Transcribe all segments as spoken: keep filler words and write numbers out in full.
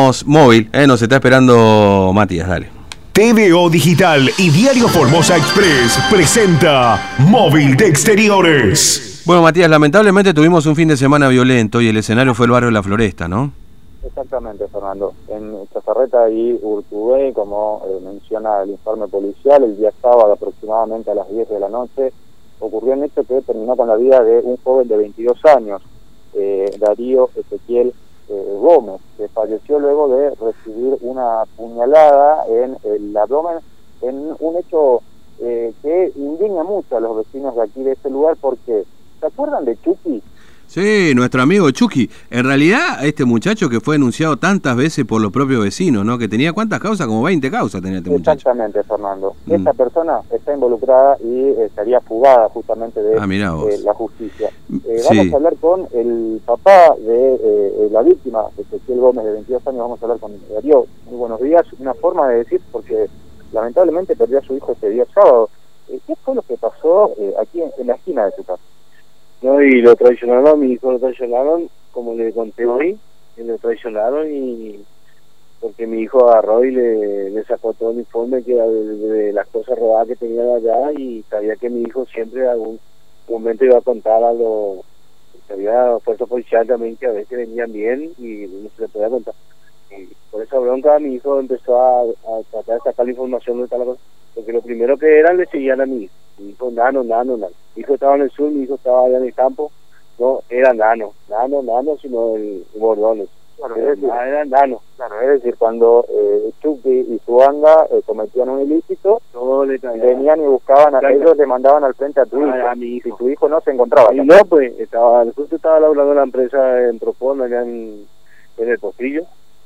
vamos móvil, ¿eh? Nos está esperando Matías, dale. T V O Digital y Diario Formosa Express presenta Móvil de Exteriores. Bueno, Matías, lamentablemente tuvimos un fin de semana violento y el escenario fue el barrio de La Floresta, ¿no? Exactamente, Fernando. En Chazarreta y Urtubey, como eh, menciona el informe policial, el día sábado aproximadamente a las diez de la noche, ocurrió un hecho que terminó con la vida de un joven de veintidós años, eh, Darío Ezequiel eh, Gómez, que falleció luego de recibir una puñalada en el abdomen, en un hecho eh, que indigna mucho a los vecinos de aquí de este lugar, porque ¿se acuerdan de Chucky? Sí, nuestro amigo Chucky. En realidad, este muchacho que fue denunciado tantas veces por los propios vecinos, ¿no? Que tenía ¿cuántas causas? Como veinte causas tenía este muchacho. Exactamente, Fernando. Mm. Esta persona está involucrada y eh, estaría fugada justamente de ah, mirá vos. Eh, la justicia. Eh, sí. Vamos a hablar con el papá de eh, la víctima, Ezequiel Gómez, de veintidós años. Vamos a hablar con Darío. Muy buenos días. Una forma de decir, porque lamentablemente perdió a su hijo este día sábado. Eh, ¿Qué fue lo que pasó eh, aquí en, en la esquina de su casa? No, y lo traicionaron a mi hijo, lo traicionaron, como le conté hoy, y lo traicionaron y porque mi hijo agarró y le, le sacó todo el informe que era de, de las cosas robadas que tenían allá, y sabía que mi hijo siempre en algún momento iba a contar a lo que había fuerza policial también, que a veces venían bien y no se le podía contar. Y por esa bronca mi hijo empezó a, a tratar de sacar la información de tal cosa, porque lo primero que eran le seguían a mi hijo. Mi hijo nano, nano, nano. Mi hijo estaba en el sur, mi hijo estaba allá en el campo. No, era nano, nano, nano, sino el bordones. Claro, Era, es decir, era nano. Claro, es decir, cuando eh, Chucky y su banda eh, cometían un ilícito, Todo le traía. venían y buscaban, a Claro. ellos le mandaban al frente a tu hijo. A, a mi hijo. Y tu hijo no se encontraba. Y no, pues, estaba, justo estaba laburando la empresa en Propón, allá en, en el Potrillo.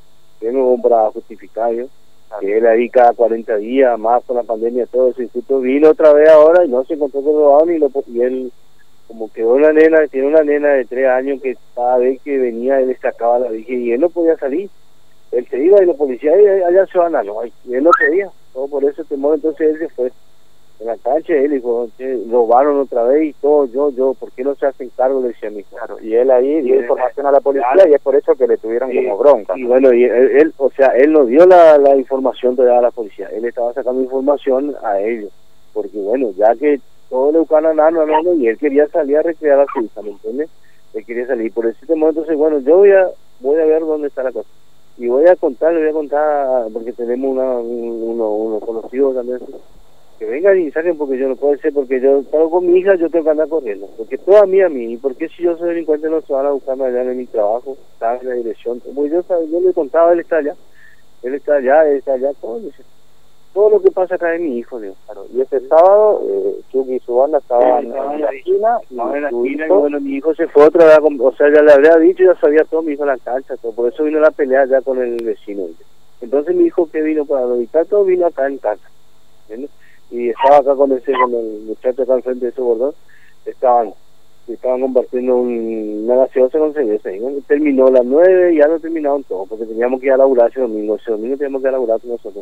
Tengo para justificar yo. Que él ahí cada cuarenta días, más con la pandemia, todo eso, y justo vino otra vez ahora y no se encontró con robado, y, lo, y él, como quedó una nena, tiene una nena de tres años que cada vez que venía él sacaba la dije y él no podía salir, él se iba y los policías allá se van a no, y él no podía, todo por ese temor. Entonces él se fue en la cancha, él dijo, robaron otra vez y todo, yo, yo, ¿por qué no se hacen cargo? Le decía a mi hijo. Claro, y él ahí dio Y información a la policía, claro. y es por eso que le tuvieron Sí, como bronca. y bueno, y él, él, o sea, él no dio la, la información todavía a la policía, él estaba sacando información a ellos, porque bueno, ya que todo le buscaban a Nano, a Nano, y él quería salir a recrear a su hija, ¿me entiendes? Él quería salir, por ese momento, entonces, bueno, yo voy a voy a ver dónde está la cosa, y voy a contar, le voy a contar, porque tenemos una, un, uno, uno conocido también, que vengan y saquen, porque yo no puedo ser, porque yo salgo con mi hija, yo tengo que andar corriendo, porque todo a mí, a mí, y porque si yo soy delincuente no se van a buscarme allá en mi trabajo, está en la dirección, como yo, yo le contaba, él está allá, él está allá, él está allá, todo, todo lo que pasa acá es mi hijo, digo. Claro, y ese sábado, eh, Chucky y su banda estaban Sí, estaba en la esquina, y Estaba en la su esquina, y hijo- bueno, mi hijo se fue otra vez, a com- o sea, ya le habría dicho, ya sabía todo mi hijo en la cancha, todo, por eso vino la pelea ya con el vecino. Entonces mi hijo que vino para evitar todo, vino acá en casa, ¿entiendes? Y estaba acá con ese, con el muchacho acá al frente de ese bordón, estaban, estaban compartiendo un, una gaseosa con cerveza, y bueno, terminó a las nueve y ya no terminaron todo, porque teníamos que ir a laburar ese domingo, ese domingo teníamos que ir a laburar con nosotros,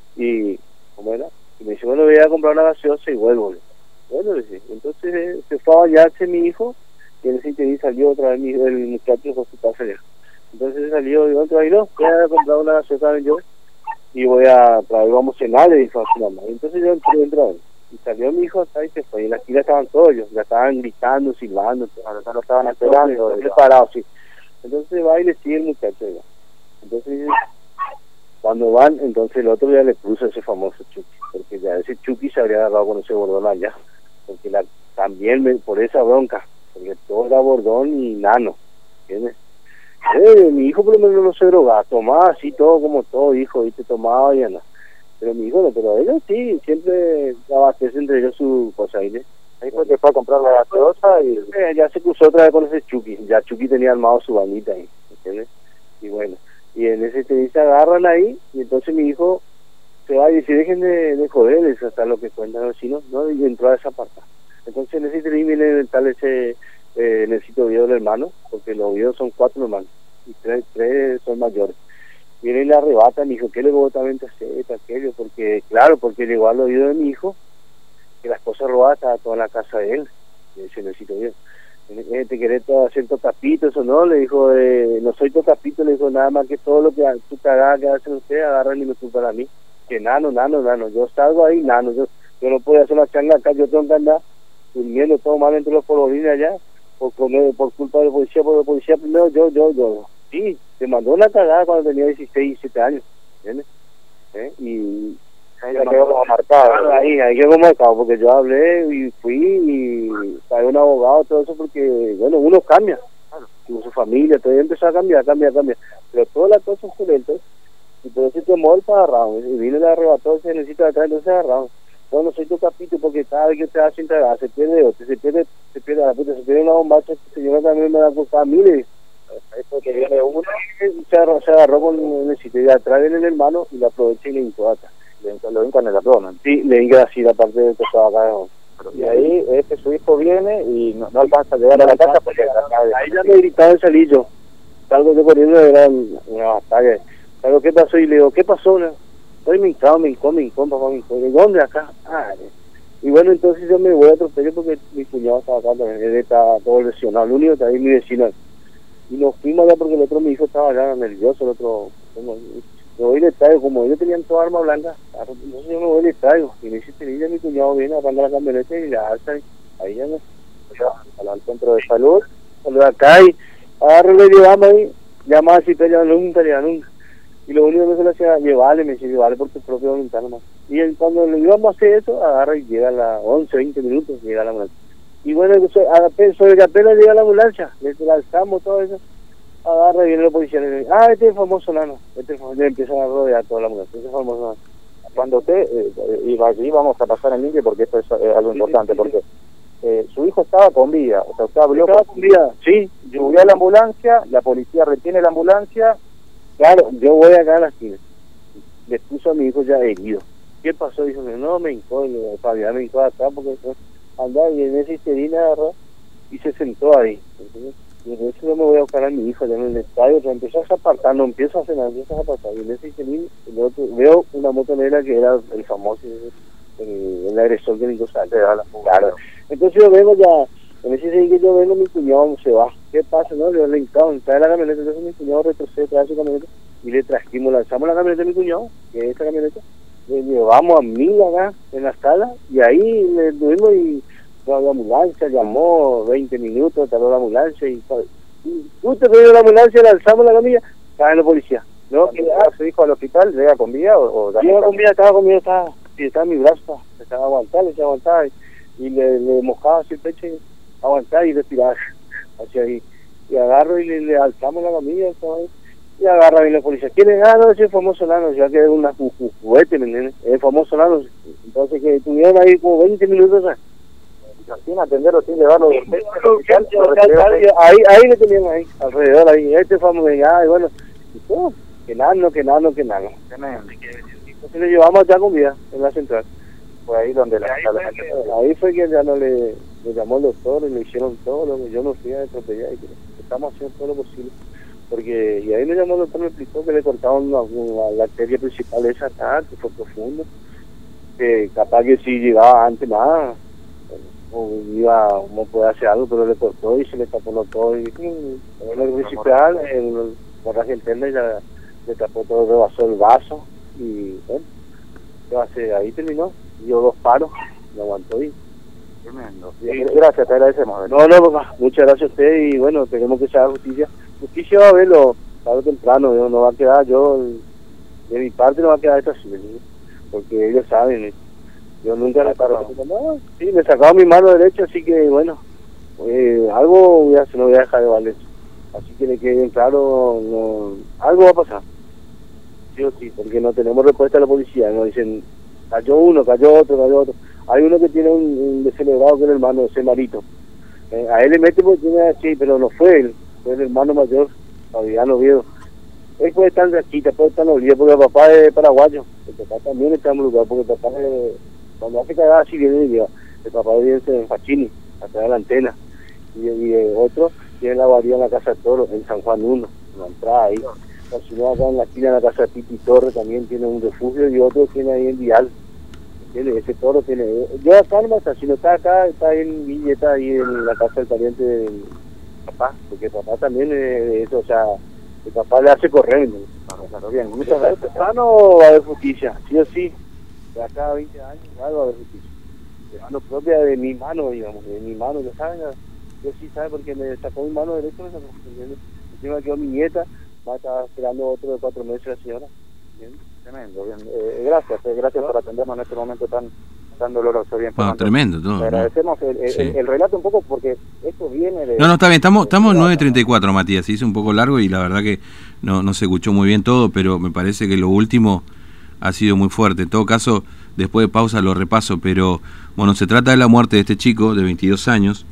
y, ¿cómo era? Y me dice, bueno, voy a comprar una gaseosa y vuelvo. Bueno, le dije, entonces eh, se fue a bañarse mi hijo, y en ese interín salió otra vez mi, el muchacho con su casa allá. Entonces salió, y otro ahí no, voy a comprar una gaseosa yo, y voy a traer, vamos a cenar, le dijo a su mamá. Entonces yo entré dentro de él, y salió mi hijo acá y se fue, y en la esquina estaban todos ellos, ya estaban gritando, silbando, Ahora lo estaban esperando. todos preparados, sí. Entonces va y le sigue el muchacho allá. Entonces cuando van, entonces el otro ya le puso ese famoso Chucky, porque ya ese Chucky se habría agarrado con ese bordón allá, porque la, también me, por esa bronca, porque todo era bordón y nano, ¿entiendes? Eh, mi hijo por lo menos no se drogaba, tomaba así todo como todo hijo, ¿viste? Tomaba y anda. Pero mi hijo no, pero ellos sí, siempre abastece entre ellos su cosa ahí, ¿eh? Ahí fue que fue a comprar la gaseosa y... Eh, ya se cruzó otra vez con ese Chucky, ya Chucky tenía armado su bandita ahí, ¿entiendes? Y bueno, y en ese te se agarran ahí, y entonces mi hijo se va y dice, dejen de, de joderles hasta lo que cuentan los vecinos, ¿no? Y entró a esa parte. Entonces en ese tren viene el tal ese, eh, necesito video del hermano, porque los videos son cuatro hermanos, y tres, tres son mayores. Viene y le arrebata a mi hijo, ¿qué le voy también a hacer, aquello? Porque, claro, porque llegó al oído de mi hijo, que las cosas robadas estaban toda en la casa de él, y dice, necesito video. Eh, te querés hacer tocapito, eso no, le dijo, eh, no soy tocapito, le dijo, nada más que todo lo que tu cagada que hacen ustedes, agarran y me culpan a mí, que nano, nano, nano, yo salgo ahí, nano, yo, yo no puedo hacer una changa acá, yo tengo que andar durmiendo todo mal entre los polvorines allá, por, comer, por culpa de la policía, por la policía primero, yo, yo, yo, sí, te mandó una cagada cuando tenía dieciséis, diecisiete años, ¿entiendes? ¿Eh? Y ahí la quedó como marcado. Claro, ahí, ahí quedó marcado, porque yo hablé y fui y pagué un abogado, todo eso, porque, bueno, uno cambia, claro, con su familia, todo empezó a cambiar, cambia, cambia, pero todas las cosas son lentas, y por eso tomó el para agarrado, y vino el arrebató, se necesita acá, entonces agarrado. Yo no soy tu capítulo, porque cada vez que usted hace entregar, se pierde otro, se pierde, se pierde a la puta, se pierde una bombacha, que señora también me da por cada miles. Esto que viene uno, se agarró, se agarró con el sitio de atrás viene el hermano y la aprovecha y le hincó acá. Lo hincan en el abdomen. Sí, le hinca así la parte de que estaba acá. Y ahí este su hijo viene y no, no alcanza a llegar a la casa porque ahí ya me gritaba el salillo. Salgo yo corriendo, era una batalla. Salgo, ¿qué pasó? Y le digo, ¿qué pasó? Estoy mincado, me hincó, me hincó, papá, me hincó. ¿De dónde? Acá. Ah, y bueno, entonces yo me voy a atropellar porque mi cuñado estaba acá también, él estaba todo lesionado, el único que ahí mi vecino. Y nos fuimos allá porque el otro, mi hijo estaba allá nervioso, el otro, como, me voy y le traigo, como ellos tenían toda arma blanca, entonces yo me voy y le traigo, y me dice, ya mi cuñado viene a prender la camioneta y la alza, ahí ya me, al, al centro de salud, cuando acá y agarro le llevamos ahí, llamaba así, pelea nunca, pelea nunca, y lo único que se le hacía, llevarle, me decía, llevarle por tu propia voluntad nomás, y él, cuando le íbamos a hacer eso, agarra y llega a las once, veinte minutos, llega a la ambulancia. Y bueno, sobre que apenas llega la ambulancia, le alzamos todo eso, agarra y viene la policía y le dice, ah, este es el famoso nano, este es el famoso, le empiezan a rodear toda la ambulancia, este es el famoso nano. Cuando usted eh, iba allí, vamos a pasar en limpio porque esto es eh, algo importante, sí, sí, sí. porque eh, su hijo estaba con vida, o sea, usted habló estaba con vida, sí, subió a la ambulancia, la policía retiene la ambulancia. Claro, yo voy acá a la esquina, le puso a mi hijo ya herido. ¿Qué pasó? Dijo, no, me hincó, Fabián me hincó acá porque andaba y en esa histerina agarró y se sentó ahí. ¿Entiendes? Y en eso yo me voy a buscar a mi hijo allá en el estadio, o empezó a apartar, no empiezo a hacer nada, empiezo a apartar. Y en ese histerina veo una moto negra que era el famoso, el, el agresor que Nico Sánchez. Claro. Entonces yo vengo ya, en ese histerina que yo vengo, mi cuñado se va. ¿Qué pasa? No, le hincado, trae la camioneta, entonces mi cuñado retrocede, trae su camioneta y le trajimos, lanzamos la camioneta de mi cuñado, que es esta camioneta. Le llevamos a mí acá en la sala y ahí le tuvimos y la ambulancia llamó veinte minutos, tardó la ambulancia y, y justo que vino la ambulancia le alzamos la camilla, estaba en la policía. ¿No? ¿Llega su hijo al hospital? ¿Llega con vida o, o llega con vida? Estaba con vida, estaba, sí, estaba en mi brazo, estaba aguantando, le decía aguantar y, y le, le mojaba así el pecho y aguantar y respirar hacia ahí. Y agarro y le, le alzamos la camilla, estaba ahí. Y agarra bien la policía. ¿Quién es? Ah, no, ese famoso Nano, ya que es una ju ju juguete, ¿me entiendes? Es famoso Nano. Entonces que tuvieron ahí como veinte minutos, ¿sabes? Sin atenderlo, sin llevarlo. Ahí, ahí le tenían ahí, alrededor, ahí. Este famoso, ah, y bueno, y todo, que Nano, que Nano, que Nano. Entonces le llevamos allá con vida, en la central. Fue ahí donde la, ahí, la, fue la, que, ahí fue que ya no le, le llamó el doctor y le hicieron todo lo que yo no fui a atropellar y que estamos haciendo todo lo posible. Porque, y ahí me llamó el doctor, me explicó que le cortaron la, la arteria principal de esa acá, que fue profundo, que capaz que si llegaba antes nada, o iba, no podía hacer algo, pero le cortó y se le tapó todo, y en el principal, el borraje interna ya le tapó todo, rebasó el vaso, y bueno, ¿qué va a hacer? Ahí terminó, dio dos paros, lo aguantó y... Tremendo. Gracias, te agradecemos. No, no, papá, muchas gracias a usted y bueno, tenemos que se haga justicia. Justicia va a verlo tarde o temprano, ¿no? No va a quedar, yo de mi parte no va a quedar esto así, ¿no? Porque ellos saben, ¿no? Yo nunca le paro, no, sí, me sacaba mi mano derecha, así que bueno, eh, algo voy a hacer, no voy a dejar de valer, así que le quede bien claro, no, algo va a pasar, sí o sí, porque no tenemos respuesta a la policía, nos dicen, cayó uno, cayó otro, cayó otro, hay uno que tiene un, un descelebrado que es el hermano, ese Marito, eh, a él le mete porque tiene así, pero no fue él, fue el hermano mayor, Fabián Oviedo. Él puede estar en Raquita, puede estar en Oviedo, porque el papá es paraguayo, el papá también está en lugar, porque el papá es, cuando hace cagada así viene y lleva, el papá vive en Fachini, atrás de la antena, y, y el otro tiene la guarida en la Casa de Toro, en San Juan uno, en la entrada ahí, o si no acá en la esquina de la Casa de Titi Torre también tiene un refugio, y otro tiene ahí en Vial, Tiene, ese toro tiene... Yo acá no está, si no está acá, está en mi nieta ahí en la casa del pariente del papá, porque el papá también es eso, o sea, el papá le hace correr, ¿no? Claro, bien. Muchas veces no va a haber justicia, sí o sí, de acá a veinte años va a haber justicia. De mano propia de mi mano, digamos, de mi mano, ya saben, yo sí sabe porque me sacó mi mano derecha, me sacó, ¿entiendes? Encima quedó mi nieta, va a estar esperando otro de cuatro meses la señora, ¿entiendes? Tremendo, bien. Eh, gracias, eh, gracias por atendernos en este momento tan tan doloroso. Bien, bueno, tremendo todo. Le agradecemos el, el, sí. el, el relato un poco porque esto viene de... No, no, está bien, estamos, estamos en nueve treinta y cuatro, Matías, se hizo un poco largo y la verdad que no, no se escuchó muy bien todo, pero me parece que lo último ha sido muy fuerte. En todo caso, después de pausa lo repaso, pero bueno, se trata de la muerte de este chico de veintidós años,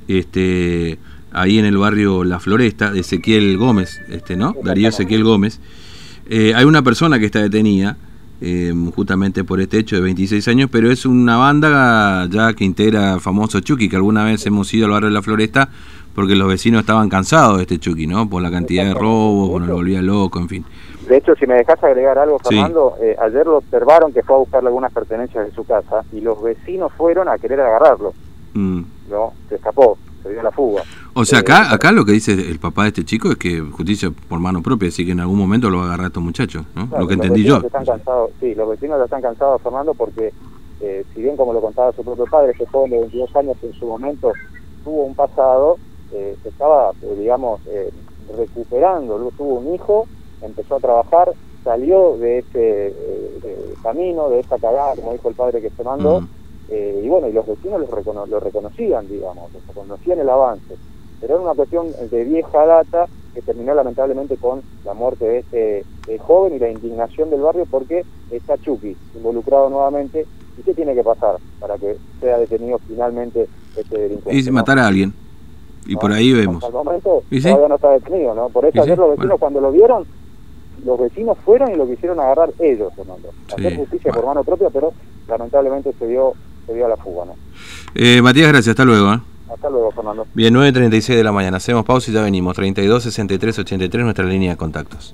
este ahí en el barrio La Floresta, de Ezequiel Gómez, este ¿no? Darío Ezequiel Gómez. Eh, hay una persona que está detenida eh, justamente por este hecho de veintiséis años, pero es una banda ya que integra el famoso Chucky, que alguna vez hemos ido al barrio de La Floresta porque los vecinos estaban cansados de este Chucky, ¿no? Por la cantidad de robos, bueno, lo volvía loco, en fin. De hecho, si me dejas agregar algo, Fernando, sí. eh, ayer lo observaron que fue a buscarle algunas pertenencias de su casa y los vecinos fueron a querer agarrarlo. Mm. No, se escapó, se dio la fuga. O sea, acá acá lo que dice el papá de este chico es que justicia por mano propia, así que en algún momento lo va a agarrar a estos muchachos, ¿no? Claro, lo que entendí yo. Están cansados, sí, los vecinos ya están cansados, Fernando, porque eh, si bien, como lo contaba su propio padre, este joven de veintidós años en su momento tuvo un pasado, eh, se estaba, eh, digamos, eh, recuperando, luego tuvo un hijo, empezó a trabajar, salió de ese eh, de camino, de esta cagada, como dijo el padre que se mandó, uh-huh. eh, y bueno, y los vecinos lo, recono lo reconocían, digamos, reconocían el avance. Pero era una cuestión de vieja data que terminó lamentablemente con la muerte de este eh, joven y la indignación del barrio porque está Chucky involucrado nuevamente. ¿Y qué tiene que pasar para que sea detenido finalmente este delincuente? Y si matar a alguien. Y ¿no? Por ahí vemos. Hasta el momento ¿Y todavía sí? no está detenido, ¿no? Por eso ¿Y ayer sí? los vecinos Bueno. cuando lo vieron, los vecinos fueron y lo quisieron agarrar ellos, Fernando. Hacer Sí. justicia Bueno. por mano propia, pero lamentablemente se dio, se dio a la fuga, ¿no? Eh, Matías, gracias. Hasta luego, ¿eh? Hasta luego, Fernando. Bien, nueve treinta y seis de la mañana. Hacemos pausa y ya venimos. treinta y dos, sesenta y tres, ochenta y tres, nuestra línea de contactos.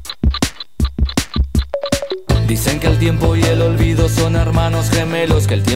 Dicen que el tiempo y el olvido son hermanos gemelos, que el tiempo